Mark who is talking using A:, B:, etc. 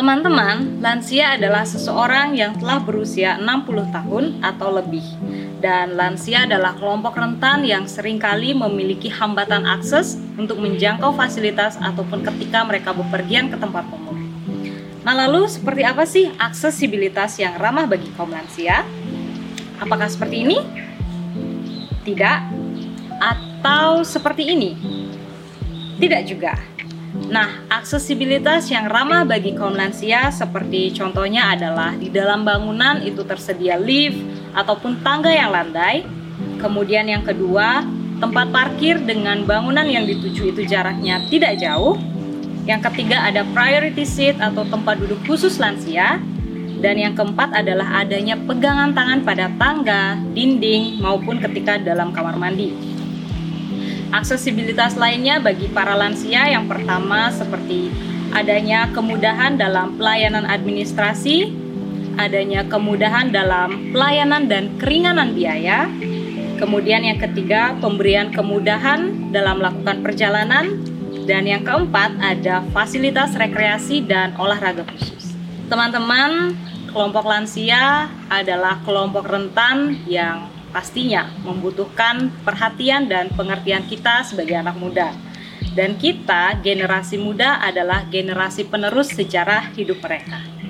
A: Teman-teman, lansia adalah seseorang yang telah berusia 60 tahun atau lebih. Dan lansia adalah kelompok rentan yang seringkali memiliki hambatan akses untuk menjangkau fasilitas ataupun ketika mereka bepergian ke tempat umum. Nah, lalu seperti apa sih aksesibilitas yang ramah bagi kaum lansia? Apakah seperti ini? Tidak? Atau seperti ini? Tidak juga. Nah, aksesibilitas yang ramah bagi kaum lansia seperti contohnya adalah di dalam bangunan itu tersedia lift ataupun tangga yang landai. Kemudian yang kedua, tempat parkir dengan bangunan yang dituju itu jaraknya tidak jauh. Yang ketiga ada priority seat atau tempat duduk khusus lansia. Dan yang keempat adalah adanya pegangan tangan pada tangga, dinding, maupun ketika dalam kamar mandi. Aksesibilitas lainnya bagi para lansia yang pertama seperti adanya kemudahan dalam pelayanan administrasi, adanya kemudahan dalam pelayanan dan keringanan biaya. Kemudian yang ketiga, pemberian kemudahan dalam melakukan perjalanan. Dan yang keempat, ada fasilitas rekreasi dan olahraga khusus. Teman-teman, kelompok lansia adalah kelompok rentan yang pastinya membutuhkan perhatian dan pengertian kita sebagai anak muda. Dan kita, generasi muda adalah generasi penerus sejarah hidup mereka.